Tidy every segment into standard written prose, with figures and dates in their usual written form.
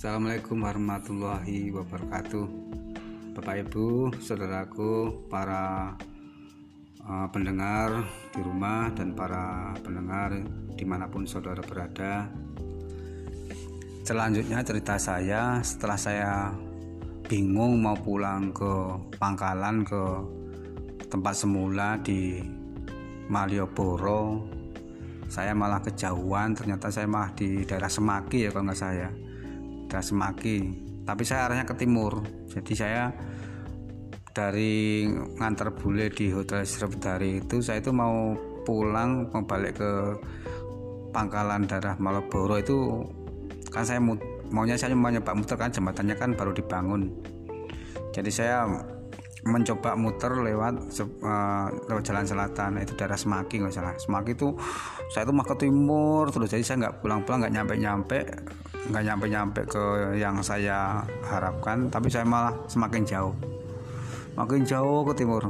Assalamualaikum warahmatullahi wabarakatuh. Bapak Ibu, saudaraku, para pendengar di rumah dan para pendengar dimanapun saudara berada. Selanjutnya cerita saya setelah saya bingung mau pulang ke Pangkalan, ke tempat semula di Malioboro. Saya malah kejauhan, ternyata saya malah di daerah Semaki ya kalau nggak saya. Daerah Semaki, tapi saya arahnya ke timur. Jadi saya dari ngantar bule di Hotel Sriwedari itu, saya itu mau pulang, mau balik ke Pangkalan daerah Malioboro itu kan saya maunya saya mau nyoba muter kan, jembatannya kan baru dibangun. Jadi saya mencoba muter lewat jalan selatan, itu daerah Semaki nggak salah. Semaki itu saya itu mau ke timur terus, jadi saya nggak pulang-pulang, nggak nyampe ke yang saya harapkan, tapi saya malah makin jauh ke timur.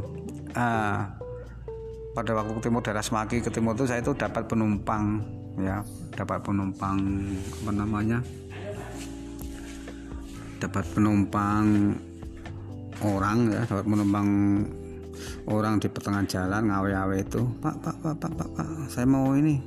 Pada waktu ke timur, daerah Semaki ke timur itu saya itu dapat penumpang orang di pertengahan jalan ngawe-awe itu, Pak, saya mau ini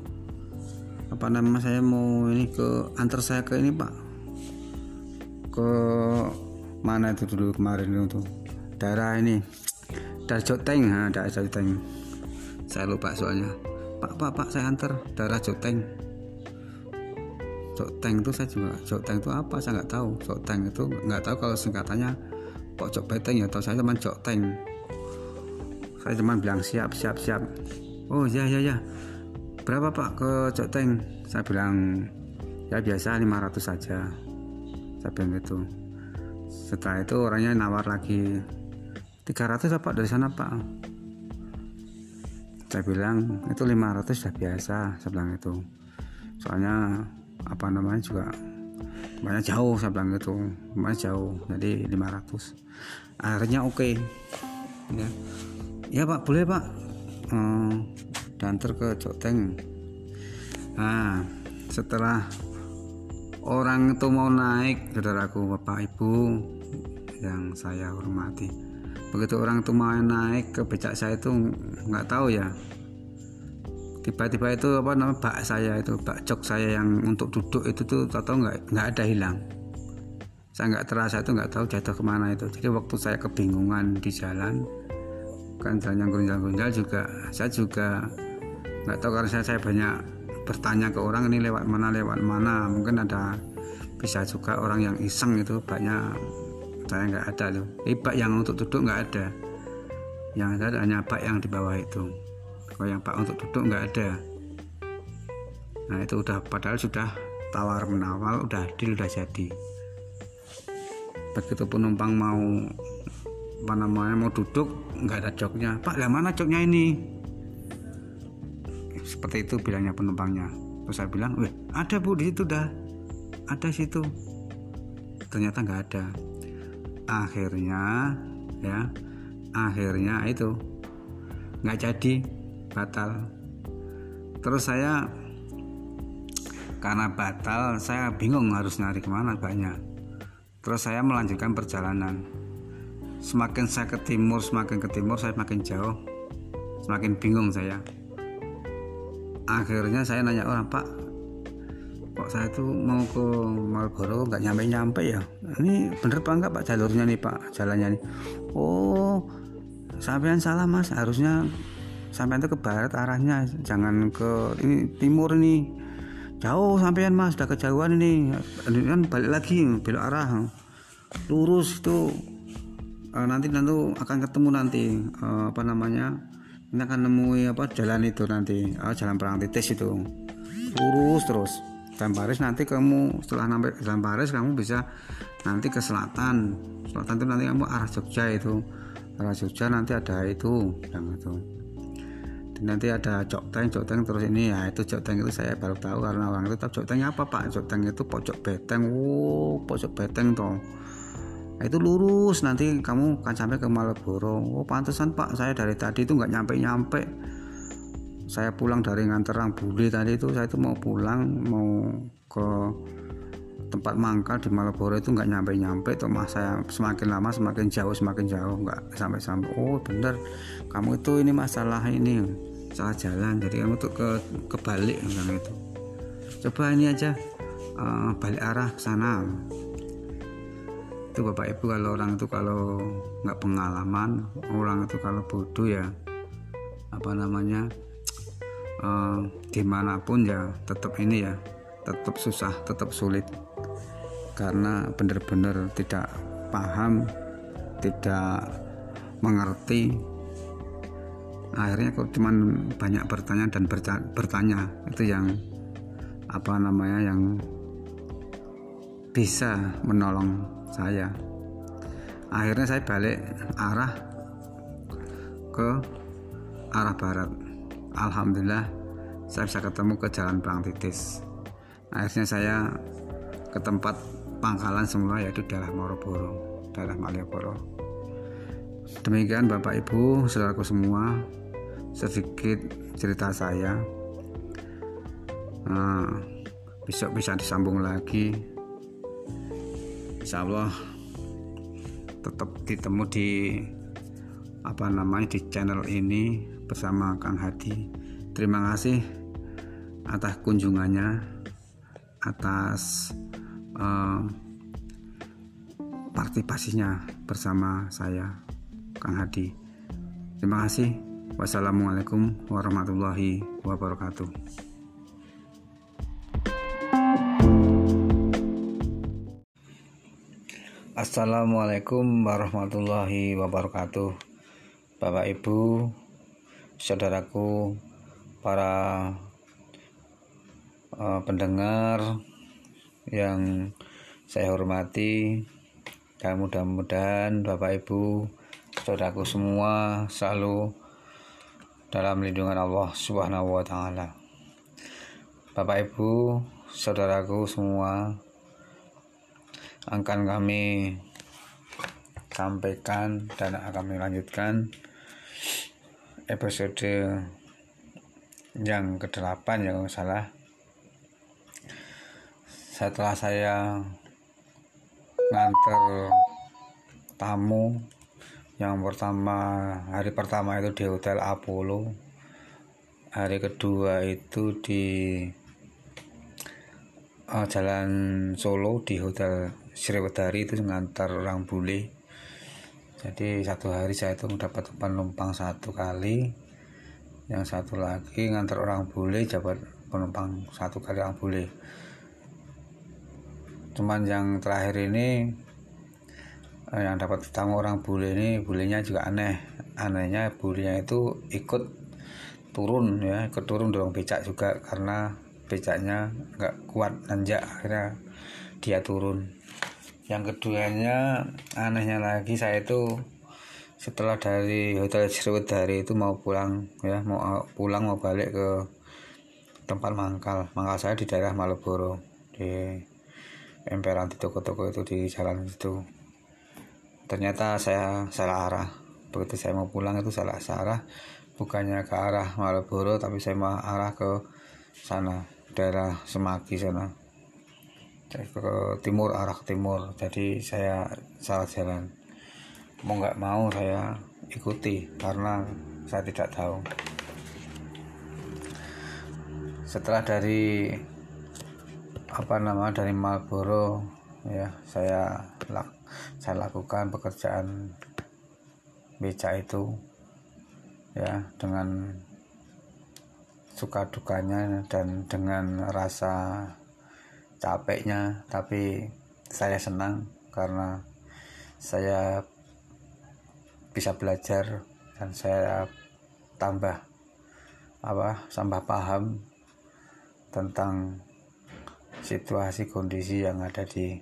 antar saya ke ini, Pak, ke mana itu dulu kemarin itu, daerah Joteng, daerah Joteng, saya lupa soalnya. Pak, saya antar daerah Joteng itu saya juga, Joteng itu apa saya nggak tahu. Joteng itu nggak tahu kalau singkatannya Pojok Beteng ya, atau saya cuma Joteng. Saya cuma bilang siap. Oh ya, berapa Pak ke Joteng? Saya bilang ya biasa 500 saja, saya bilang gitu. Setelah itu orangnya nawar lagi 300 apa dari sana Pak. Saya bilang itu 500 sudah biasa, saya bilang itu. Soalnya juga banyak jauh, saya bilang gitu, banyak jauh, jadi 500. Akhirnya oke. Ya Pak, boleh Pak, diantar ke Joteng. Nah, setelah orang itu mau naik, saudaraku, Bapak Ibu yang saya hormati, begitu orang itu mau naik ke becak saya itu nggak tahu ya, tiba-tiba itu bak jok saya yang untuk duduk itu tuh tahu nggak ada, hilang. Saya nggak terasa, itu nggak tahu jatuh kemana itu. Jadi waktu saya kebingungan di jalan, kan jalan yang gonjal-gonjal juga, saya juga nggak tahu, karena saya banyak bertanya ke orang ini lewat mana. Mungkin ada, bisa juga orang yang iseng itu, baknya saya nggak ada loh. Bak yang untuk duduk nggak ada, yang ada hanya bak yang di bawah itu. Kalau yang bak untuk duduk nggak ada. Nah itu udah, padahal sudah tawar menawar, udah deal, udah jadi. Begitu penumpang mau duduk, nggak ada joknya. Pak, lah mana joknya ini? Seperti itu bilangnya penumpangnya. Terus saya bilang, ada Bu, di situ dah, ada situ. Ternyata nggak ada. Akhirnya itu nggak jadi, batal. Terus saya, karena batal, saya bingung harus nyari kemana banyak. Terus saya melanjutkan perjalanan. Semakin saya ke timur, saya semakin jauh, semakin bingung saya. Akhirnya saya nanya orang, Pak, kok saya tuh mau ke Malioboro nggak nyampe ya? Ini bener Pak nggak Pak jalurnya nih Pak, jalannya nih? Oh, sampean salah Mas, harusnya sampean tuh ke barat arahnya, jangan ke ini timur nih. Jauh sampean Mas, udah kejauhan ini kan, balik lagi, belok arah lurus itu. Nanti akan ketemu nanti ini akan nemui jalan itu nanti, jalan Perang Titis itu, lurus terus Jalan Paris. Nanti kamu setelah sampai Jalan Paris, kamu bisa nanti ke selatan itu nanti kamu arah Jogja nanti ada itu yang itu. Nanti ada Joteng terus ini ya, itu Joteng itu saya baru tahu karena orang itu tahu Jotengnya apa Pak. Joteng itu Pojok Beteng. Pojok Beteng toh. Nah, itu lurus nanti kamu akan sampai ke Malioboro. Pantesan Pak, saya dari tadi itu nggak nyampe. Saya pulang dari nganter orang bule tadi itu, saya itu mau pulang, mau ke tempat mangkal di Malioboro itu nggak nyampe tuh mas. Saya semakin lama semakin jauh nggak sampai. Oh bener, kamu itu ini masalah ini salah jalan, jadi kamu tuh kebalik bilang itu. Coba ini aja balik arah ke sana. Itu Bapak Ibu, kalau orang itu kalau nggak pengalaman, orang itu kalau bodoh ya dimanapun ya tetap ini ya, tetap susah, tetap sulit, karena benar-benar tidak paham, tidak mengerti. Akhirnya kok cuman banyak bertanya dan bertanya, itu yang yang bisa menolong saya. Akhirnya saya balik arah ke arah barat. Alhamdulillah saya bisa ketemu ke Jalan Bang Titis. Akhirnya saya ke tempat pangkalan semula, yaitu daerah Malioboro. Demikian Bapak Ibu, saudaraku semua, sedikit cerita saya. Besok bisa disambung lagi, insya Allah tetap ditemu di di channel ini bersama Kang Hadi. Terima kasih atas kunjungannya, atas partisipasinya bersama saya Kang Hadi. Terima kasih. Wassalamualaikum warahmatullahi wabarakatuh. Assalamualaikum warahmatullahi wabarakatuh. Bapak Ibu, saudaraku, para pendengar yang saya hormati, dan mudah-mudahan Bapak Ibu, saudaraku semua selalu dalam lindungan Allah Subhanahu wa taala. Bapak Ibu, saudaraku semua, akan kami sampaikan dan akan kami lanjutkan episode yang ke-8 ya kalau salah. Setelah saya nganter tamu yang hari pertama itu di Hotel Apollo, hari kedua itu di Jalan Solo di Hotel Sriwedari, itu ngantar orang bule. Jadi satu hari saya itu dapat penumpang 1 kali, yang satu lagi ngantar orang bule dapat penumpang 1 kali orang bule. Cuman yang terakhir ini yang dapat tamu orang bule ini, bulenya juga anehnya bulenya itu ikut turun dorong becak juga, karena becaknya nggak kuat nanjak, akhirnya dia turun. Yang keduanya anehnya lagi, saya itu setelah dari Hotel Sriwedari itu mau pulang mau balik ke tempat mangkal saya di daerah Malioboro, di emperan di toko-toko itu di jalan itu. Ternyata saya salah arah. Begitu saya mau pulang itu salah arah, bukannya ke arah Malioboro, tapi saya mau arah ke sana, daerah Semagi sana, ke timur, arah ke timur. Jadi saya salah jalan. Mau nggak mau saya ikuti karena saya tidak tahu. Setelah dari dari Malioboro ya, saya lakukan pekerjaan becak itu ya, dengan suka dukanya dan dengan rasa capeknya, tapi saya senang karena saya bisa belajar dan saya tambah paham tentang situasi kondisi yang ada di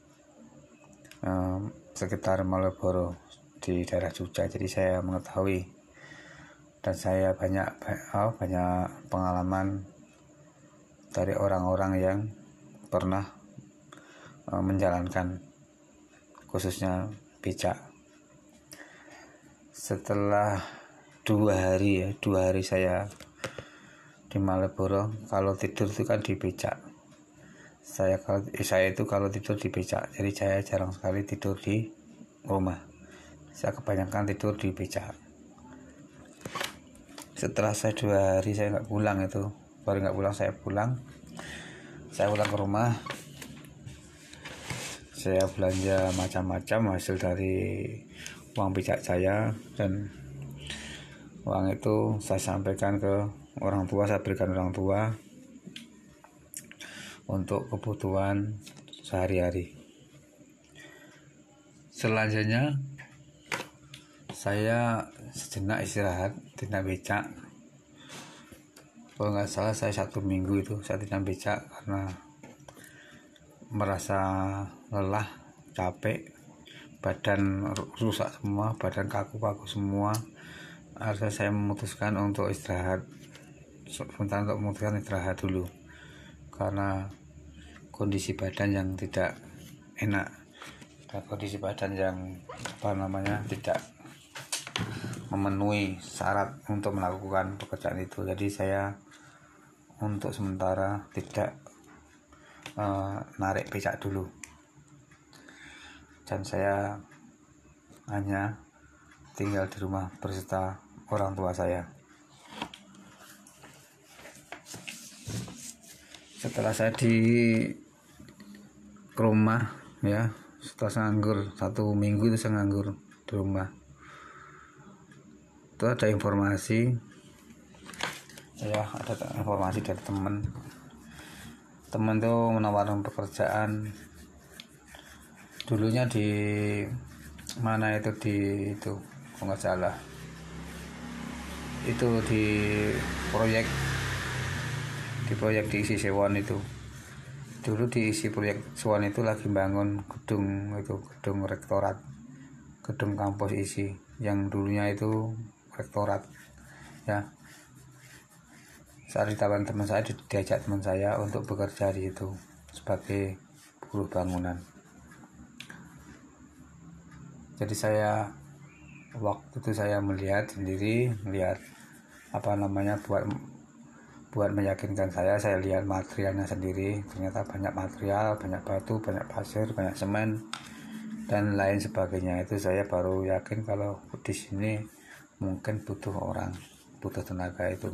sekitar Malioboro di daerah Jogja. Jadi saya mengetahui dan saya banyak pengalaman dari orang-orang yang pernah menjalankan khususnya becak. Setelah 2 hari saya di Malioboro, kalau tidur itu kan di becak. Saya itu kalau tidur di becak, jadi saya jarang sekali tidur di rumah. Saya kebanyakan tidur di becak. Setelah saya 2 hari saya nggak pulang, itu baru nggak pulang, saya pulang ke rumah. Saya belanja macam-macam hasil dari uang becak saya, dan uang itu saya sampaikan ke orang tua, saya berikan orang tua untuk kebutuhan sehari-hari. Selanjutnya saya sejenak istirahat tidak becak. Kalau nggak salah saya 1 minggu itu saya tidak becak karena merasa lelah, capek, badan rusak semua, badan kaku-kaku semua. Akhirnya saya memutuskan untuk istirahat dulu karena kondisi badan yang tidak enak, dan kondisi badan yang tidak memenuhi syarat untuk melakukan pekerjaan itu. Jadi saya untuk sementara tidak narik becak dulu, dan saya hanya tinggal di rumah beserta orang tua saya. Setelah saya di rumah ya, setelah saya nganggur 1 minggu itu saya nganggur di rumah, itu ada informasi dari teman tuh menawarkan pekerjaan. Dulunya di mana itu, kalau nggak salah itu di proyek di isi Sewon itu. Dulu di isi proyek Sewon itu lagi bangun gedung rektorat, gedung kampus isi yang dulunya itu rektorat ya. Saat ditawarkan teman saya, diajak teman saya untuk bekerja di itu sebagai buruh bangunan. Jadi waktu itu saya melihat buat meyakinkan saya lihat materialnya sendiri. Ternyata banyak material, banyak batu, banyak pasir, banyak semen dan lain sebagainya. Itu saya baru yakin kalau di sini mungkin butuh tenaga itu.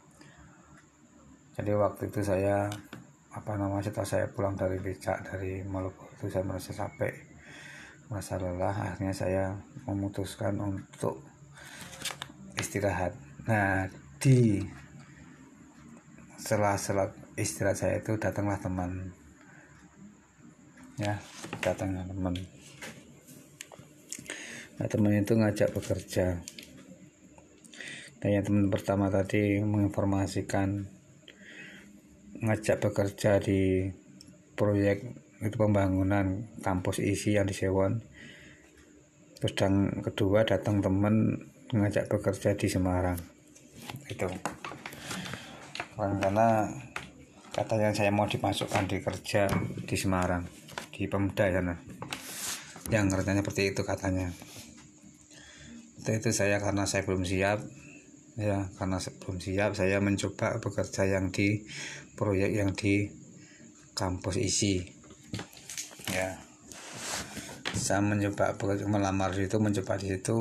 Jadi waktu itu saya setelah saya pulang dari becak dari Maluku itu, saya merasa capek, merasa lelah. Akhirnya saya memutuskan untuk istirahat. Nah, di sela-sela istirahat saya itu datanglah teman. Nah, teman itu ngajak bekerja. Dan yang teman pertama tadi menginformasikan ngajak bekerja di proyek itu pembangunan kampus isi yang di Sewon. Terus yang kedua datang teman ngajak bekerja di Semarang itu, karena katanya saya mau dimasukkan di kerja di Semarang di Pemda sana, yang rencananya seperti itu katanya. Itu saya karena saya belum siap saya mencoba bekerja yang di proyek yang di kampus isi ya. Saya mencoba melamar di situ.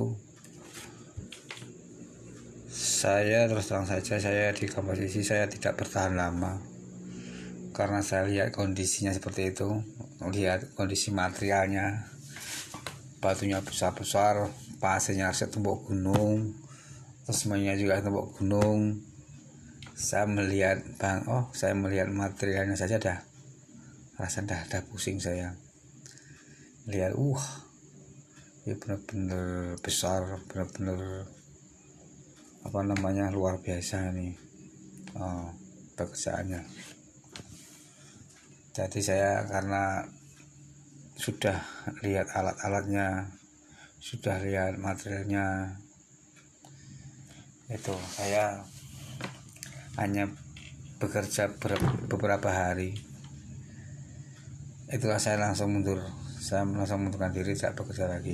Saya terus terang saja, saya di kampus isi saya tidak bertahan lama karena saya lihat kondisinya seperti itu, lihat kondisi materialnya, batunya besar-besar, pasirnya setumpuk gunung, terus semuanya juga setumpuk gunung. Saya melihat materialnya saja rasanya dah pusing saya. Lihat ini benar-benar besar, benar-benar luar biasa nih pekerjaannya. Jadi saya karena sudah lihat alat-alatnya, sudah lihat materialnya, itu saya hanya bekerja beberapa hari. Itulah saya langsung mundurkan diri, tidak bekerja lagi.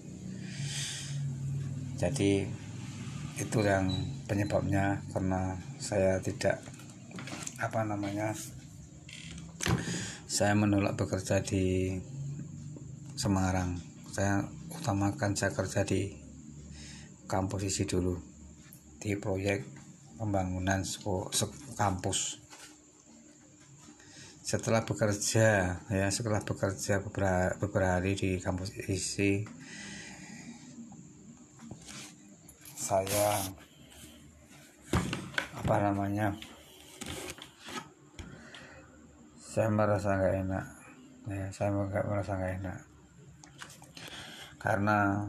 Jadi itu yang penyebabnya, karena saya tidak saya menolak bekerja di Semarang. Saya utamakan saya kerja di kampus isi dulu, di proyek pembangunan kampus. Setelah bekerja beberapa hari di kampus isi, saya saya merasa nggak enak. Saya merasa nggak enak karena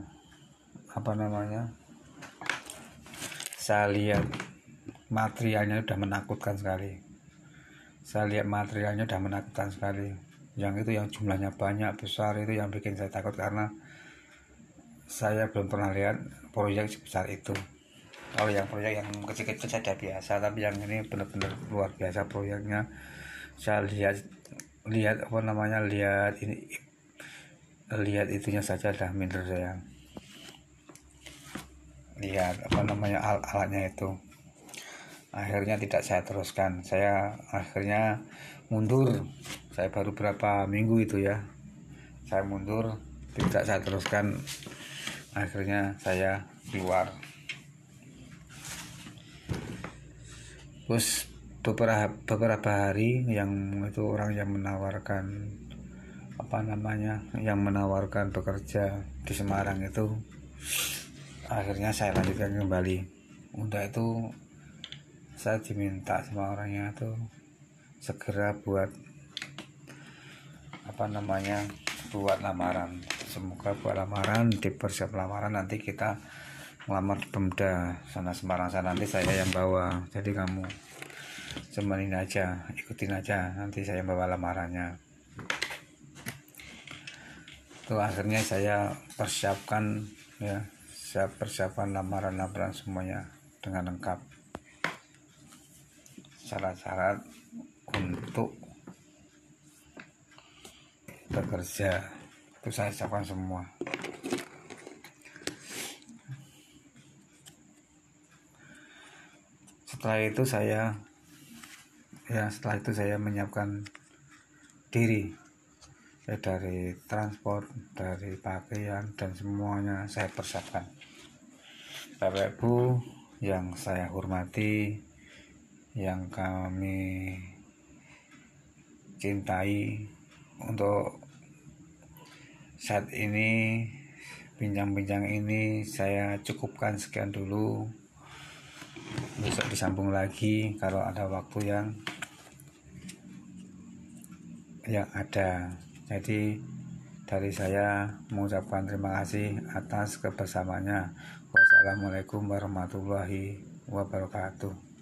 saya lihat materialnya udah menakutkan sekali. Yang jumlahnya banyak, besar, itu yang bikin saya takut, karena saya belum pernah lihat proyek sebesar itu. Kalau yang proyek yang kecil-kecil saja biasa, tapi yang ini benar-benar luar biasa proyeknya. Saya lihat itunya saja dah minder saya. Lihat alatnya itu. Akhirnya tidak saya teruskan. Saya akhirnya mundur. Saya baru berapa minggu itu ya. Saya mundur, tidak saya teruskan. Akhirnya saya keluar. Terus beberapa hari yang itu orang yang menawarkan bekerja di Semarang itu, akhirnya saya lanjutkan kembali. Udah itu saya diminta sama orangnya itu segera buat lamaran. Semoga buat lamaran, dipersiap lamaran, nanti kita ngelamar di Pemda sana Semarang sana, nanti saya yang bawa. Jadi kamu ikutin aja, nanti saya bawa lamarannya. Itu akhirnya saya persiapkan lamaran semuanya dengan lengkap, syarat-syarat untuk bekerja itu saya siapkan semua. Setelah itu saya menyiapkan diri, dari transport, dari pakaian, dan semuanya saya persiapkan. Bapak Ibu yang saya hormati, yang kami cintai, untuk saat ini bincang-bincang ini saya cukupkan sekian dulu. Besok disambung lagi kalau ada waktu yang ada. Jadi dari saya mengucapkan terima kasih atas kebersamaannya. Wassalamualaikum warahmatullahi wabarakatuh.